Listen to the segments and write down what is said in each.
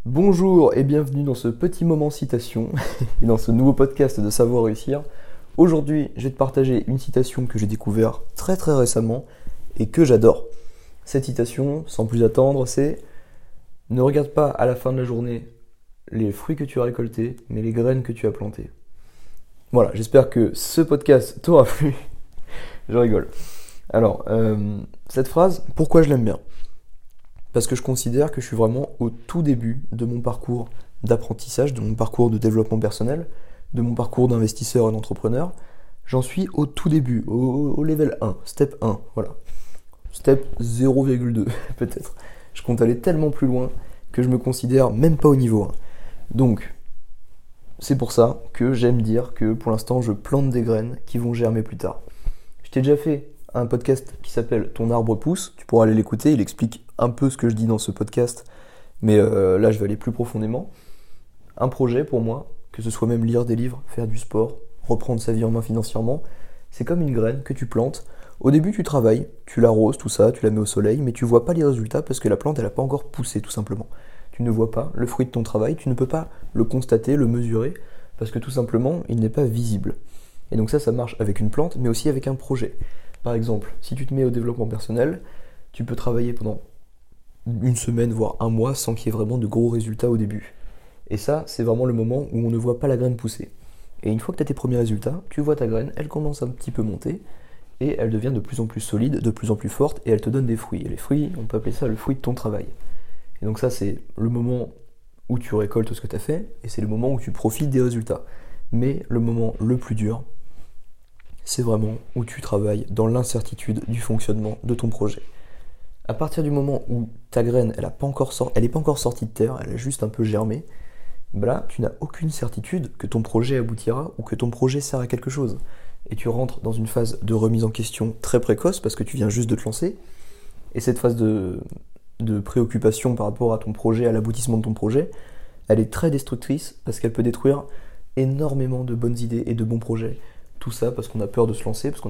Bonjour et bienvenue dans ce petit moment citation et dans ce nouveau podcast de Savoir Réussir. Aujourd'hui, je vais te partager une citation que j'ai découvert très récemment et que j'adore. Cette citation, sans plus attendre, c'est « Ne regarde pas à la fin de la journée les fruits que tu as récoltés, mais les graines que tu as plantées. » Voilà, j'espère que ce podcast t'aura plu. Je rigole. Alors, cette phrase, pourquoi je l'aime bien ? Parce que je considère que je suis vraiment au tout début de mon parcours d'apprentissage, de mon parcours de développement personnel, de mon parcours d'investisseur et d'entrepreneur. J'en suis au tout début, au level 1, step 1, voilà. Step 0,2 peut-être. Je compte aller tellement plus loin que je me considère même pas au niveau 1. Donc, c'est pour ça que j'aime dire que pour l'instant je plante des graines qui vont germer plus tard. Je t'ai déjà fait un podcast qui s'appelle Ton arbre pousse, tu pourras aller l'écouter, il explique un peu ce que je dis dans ce podcast, mais là je vais aller plus profondément. Un projet pour moi, que ce soit même lire des livres, faire du sport, reprendre sa vie en main financièrement, c'est comme une graine que tu plantes. Au début tu travailles, tu l'arroses, tout ça, tu la mets au soleil, mais tu vois pas les résultats parce que la plante elle n'a pas encore poussé tout simplement. Tu ne vois pas le fruit de ton travail, tu ne peux pas le constater, le mesurer, parce que tout simplement il n'est pas visible. Et donc ça marche avec une plante, mais aussi avec un projet. Par exemple, si tu te mets au développement personnel, tu peux travailler pendant une semaine, voire un mois, sans qu'il y ait vraiment de gros résultats au début. Et ça, c'est vraiment le moment où on ne voit pas la graine pousser. Et une fois que tu as tes premiers résultats, tu vois ta graine, elle commence un petit peu monter, et elle devient de plus en plus solide, de plus en plus forte, et elle te donne des fruits. Et les fruits, on peut appeler ça le fruit de ton travail. Et donc ça, c'est le moment où tu récoltes ce que tu as fait, et c'est le moment où tu profites des résultats. Mais le moment le plus dur, c'est vraiment où tu travailles dans l'incertitude du fonctionnement de ton projet. À partir du moment où ta graine, elle n'est pas encore sortie de terre, elle a juste un peu germé, là, tu n'as aucune certitude que ton projet aboutira ou que ton projet sert à quelque chose. Et tu rentres dans une phase de remise en question très précoce parce que tu viens juste de te lancer. Et cette phase de préoccupation par rapport à ton projet, à l'aboutissement de ton projet, elle est très destructrice parce qu'elle peut détruire énormément de bonnes idées et de bons projets. Tout ça parce qu'on a peur de se lancer, parce qu'on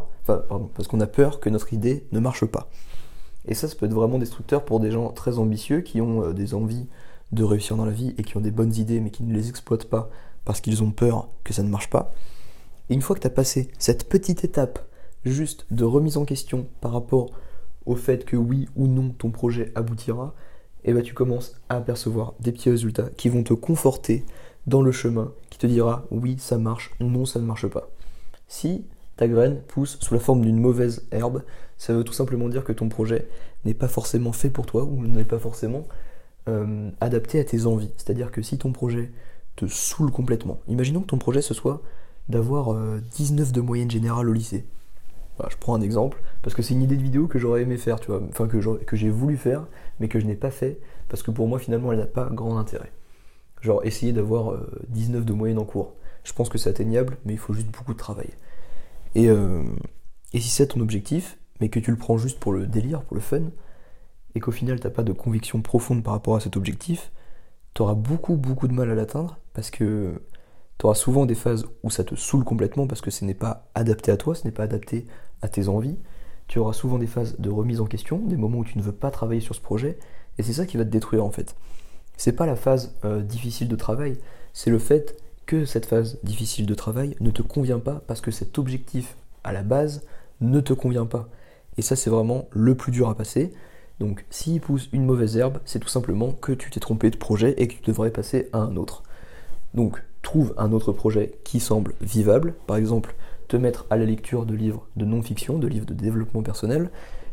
a peur que notre idée ne marche pas. Et ça peut être vraiment destructeur pour des gens très ambitieux qui ont des envies de réussir dans la vie et qui ont des bonnes idées mais qui ne les exploitent pas parce qu'ils ont peur que ça ne marche pas. Et une fois que tu as passé cette petite étape juste de remise en question par rapport au fait que oui ou non ton projet aboutira, et ben tu commences à apercevoir des petits résultats qui vont te conforter dans le chemin, qui te dira oui ça marche, non ça ne marche pas. Si ta graine pousse sous la forme d'une mauvaise herbe, ça veut tout simplement dire que ton projet n'est pas forcément fait pour toi ou n'est pas forcément adapté à tes envies. C'est-à-dire que si ton projet te saoule complètement, imaginons que ton projet ce soit d'avoir 19 de moyenne générale au lycée. Voilà, je prends un exemple, parce que c'est une idée de vidéo que j'aurais aimé faire, tu vois, enfin que j'ai voulu faire, mais que je n'ai pas fait, parce que pour moi finalement elle n'a pas grand intérêt. Genre essayer d'avoir 19 de moyenne en cours. Je pense que c'est atteignable, mais il faut juste beaucoup de travail. Et si c'est ton objectif, mais que tu le prends juste pour le délire, pour le fun, et qu'au final t'as pas de conviction profonde par rapport à cet objectif, t'auras beaucoup de mal à l'atteindre, parce que t'auras souvent des phases où ça te saoule complètement, parce que ce n'est pas adapté à toi, ce n'est pas adapté à tes envies. Tu auras souvent des phases de remise en question, des moments où tu ne veux pas travailler sur ce projet, et c'est ça qui va te détruire en fait. C'est pas la phase difficile de travail, c'est le fait que cette phase difficile de travail ne te convient pas parce que cet objectif à la base ne te convient pas. Et ça c'est vraiment le plus dur à passer. Donc s'il pousse une mauvaise herbe, c'est tout simplement que tu t'es trompé de projet et que tu devrais passer à un autre. Donc trouve un autre projet qui semble vivable, par exemple te mettre à la lecture de livres de non-fiction, de livres de développement personnel,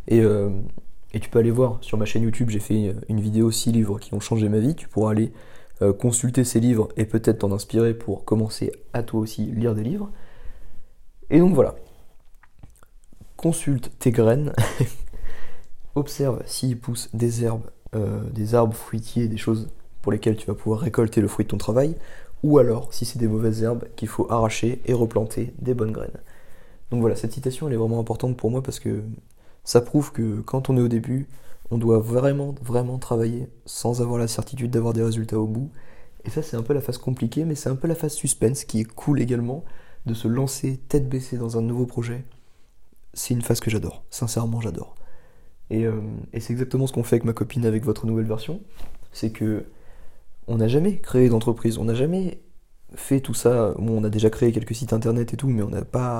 et tu peux aller voir sur ma chaîne YouTube, j'ai fait une vidéo 6 livres qui ont changé ma vie, tu pourras aller consulter ces livres et peut-être t'en inspirer pour commencer à toi aussi lire des livres. Et donc voilà, consulte tes graines, observe s'il pousse des herbes, des arbres fruitiers, des choses pour lesquelles tu vas pouvoir récolter le fruit de ton travail, ou alors si c'est des mauvaises herbes qu'il faut arracher et replanter des bonnes graines. Donc voilà, cette citation elle est vraiment importante pour moi parce que ça prouve que quand on est au début, on doit vraiment travailler sans avoir la certitude d'avoir des résultats au bout. Et ça c'est un peu la phase compliquée, mais c'est un peu la phase suspense qui est cool également, de se lancer tête baissée dans un nouveau projet. C'est une phase que j'adore, sincèrement j'adore. Et c'est exactement ce qu'on fait avec ma copine avec votre nouvelle version. C'est que on n'a jamais créé d'entreprise, on n'a jamais fait tout ça. Bon, on a déjà créé quelques sites internet et tout, mais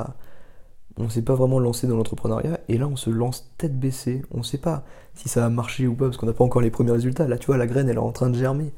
on s'est pas vraiment lancé dans l'entrepreneuriat, et là on se lance tête baissée, on sait pas si ça va marcher ou pas, parce qu'on n'a pas encore les premiers résultats. Là tu vois, la graine elle est en train de germer,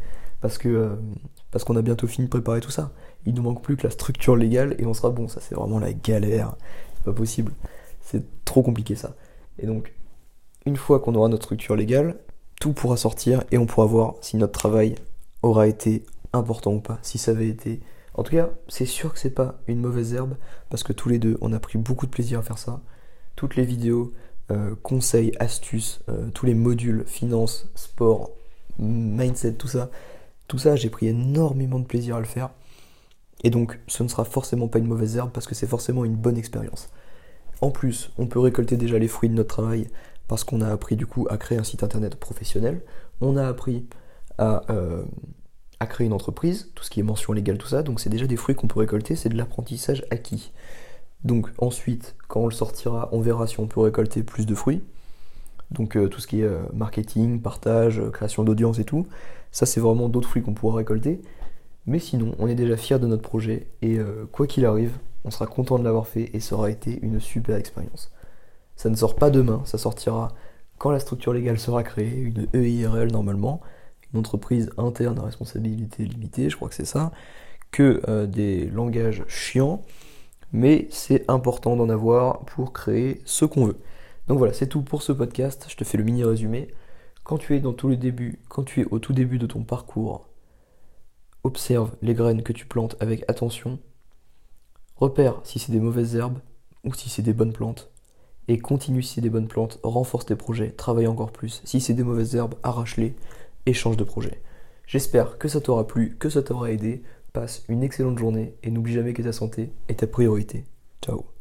parce qu'on a bientôt fini de préparer tout ça. Il nous manque plus que la structure légale, et on sera bon. Ça c'est vraiment la galère, c'est pas possible, c'est trop compliqué ça. Et donc, une fois qu'on aura notre structure légale, tout pourra sortir, et on pourra voir si notre travail aura été important ou pas, si ça avait été... En tout cas, c'est sûr que c'est pas une mauvaise herbe, parce que tous les deux, on a pris beaucoup de plaisir à faire ça. Toutes les vidéos, conseils, astuces, tous les modules, finance, sport, mindset, tout ça, j'ai pris énormément de plaisir à le faire. Et donc, ce ne sera forcément pas une mauvaise herbe, parce que c'est forcément une bonne expérience. En plus, on peut récolter déjà les fruits de notre travail, parce qu'on a appris du coup à créer un site internet professionnel. On a appris à créer une entreprise, tout ce qui est mention légale, tout ça, donc c'est déjà des fruits qu'on peut récolter, c'est de l'apprentissage acquis. Donc ensuite, quand on le sortira, on verra si on peut récolter plus de fruits, donc tout ce qui est marketing, partage, création d'audience et tout, ça c'est vraiment d'autres fruits qu'on pourra récolter, mais sinon, on est déjà fiers de notre projet, et quoi qu'il arrive, on sera content de l'avoir fait, et ça aura été une super expérience. Ça ne sort pas demain, ça sortira quand la structure légale sera créée, une EIRL normalement, une entreprise interne à responsabilité limitée, je crois que c'est ça, que des langages chiants, mais c'est important d'en avoir pour créer ce qu'on veut. Donc voilà, c'est tout pour ce podcast, je te fais le mini résumé. Quand tu es dans tous les débuts, quand tu es au tout début de ton parcours, observe les graines que tu plantes avec attention, repère si c'est des mauvaises herbes ou si c'est des bonnes plantes, et continue si c'est des bonnes plantes, renforce tes projets, travaille encore plus. Si c'est des mauvaises herbes, arrache-les et change de projet. J'espère que ça t'aura plu, que ça t'aura aidé. Passe une excellente journée, et n'oublie jamais que ta santé est ta priorité. Ciao.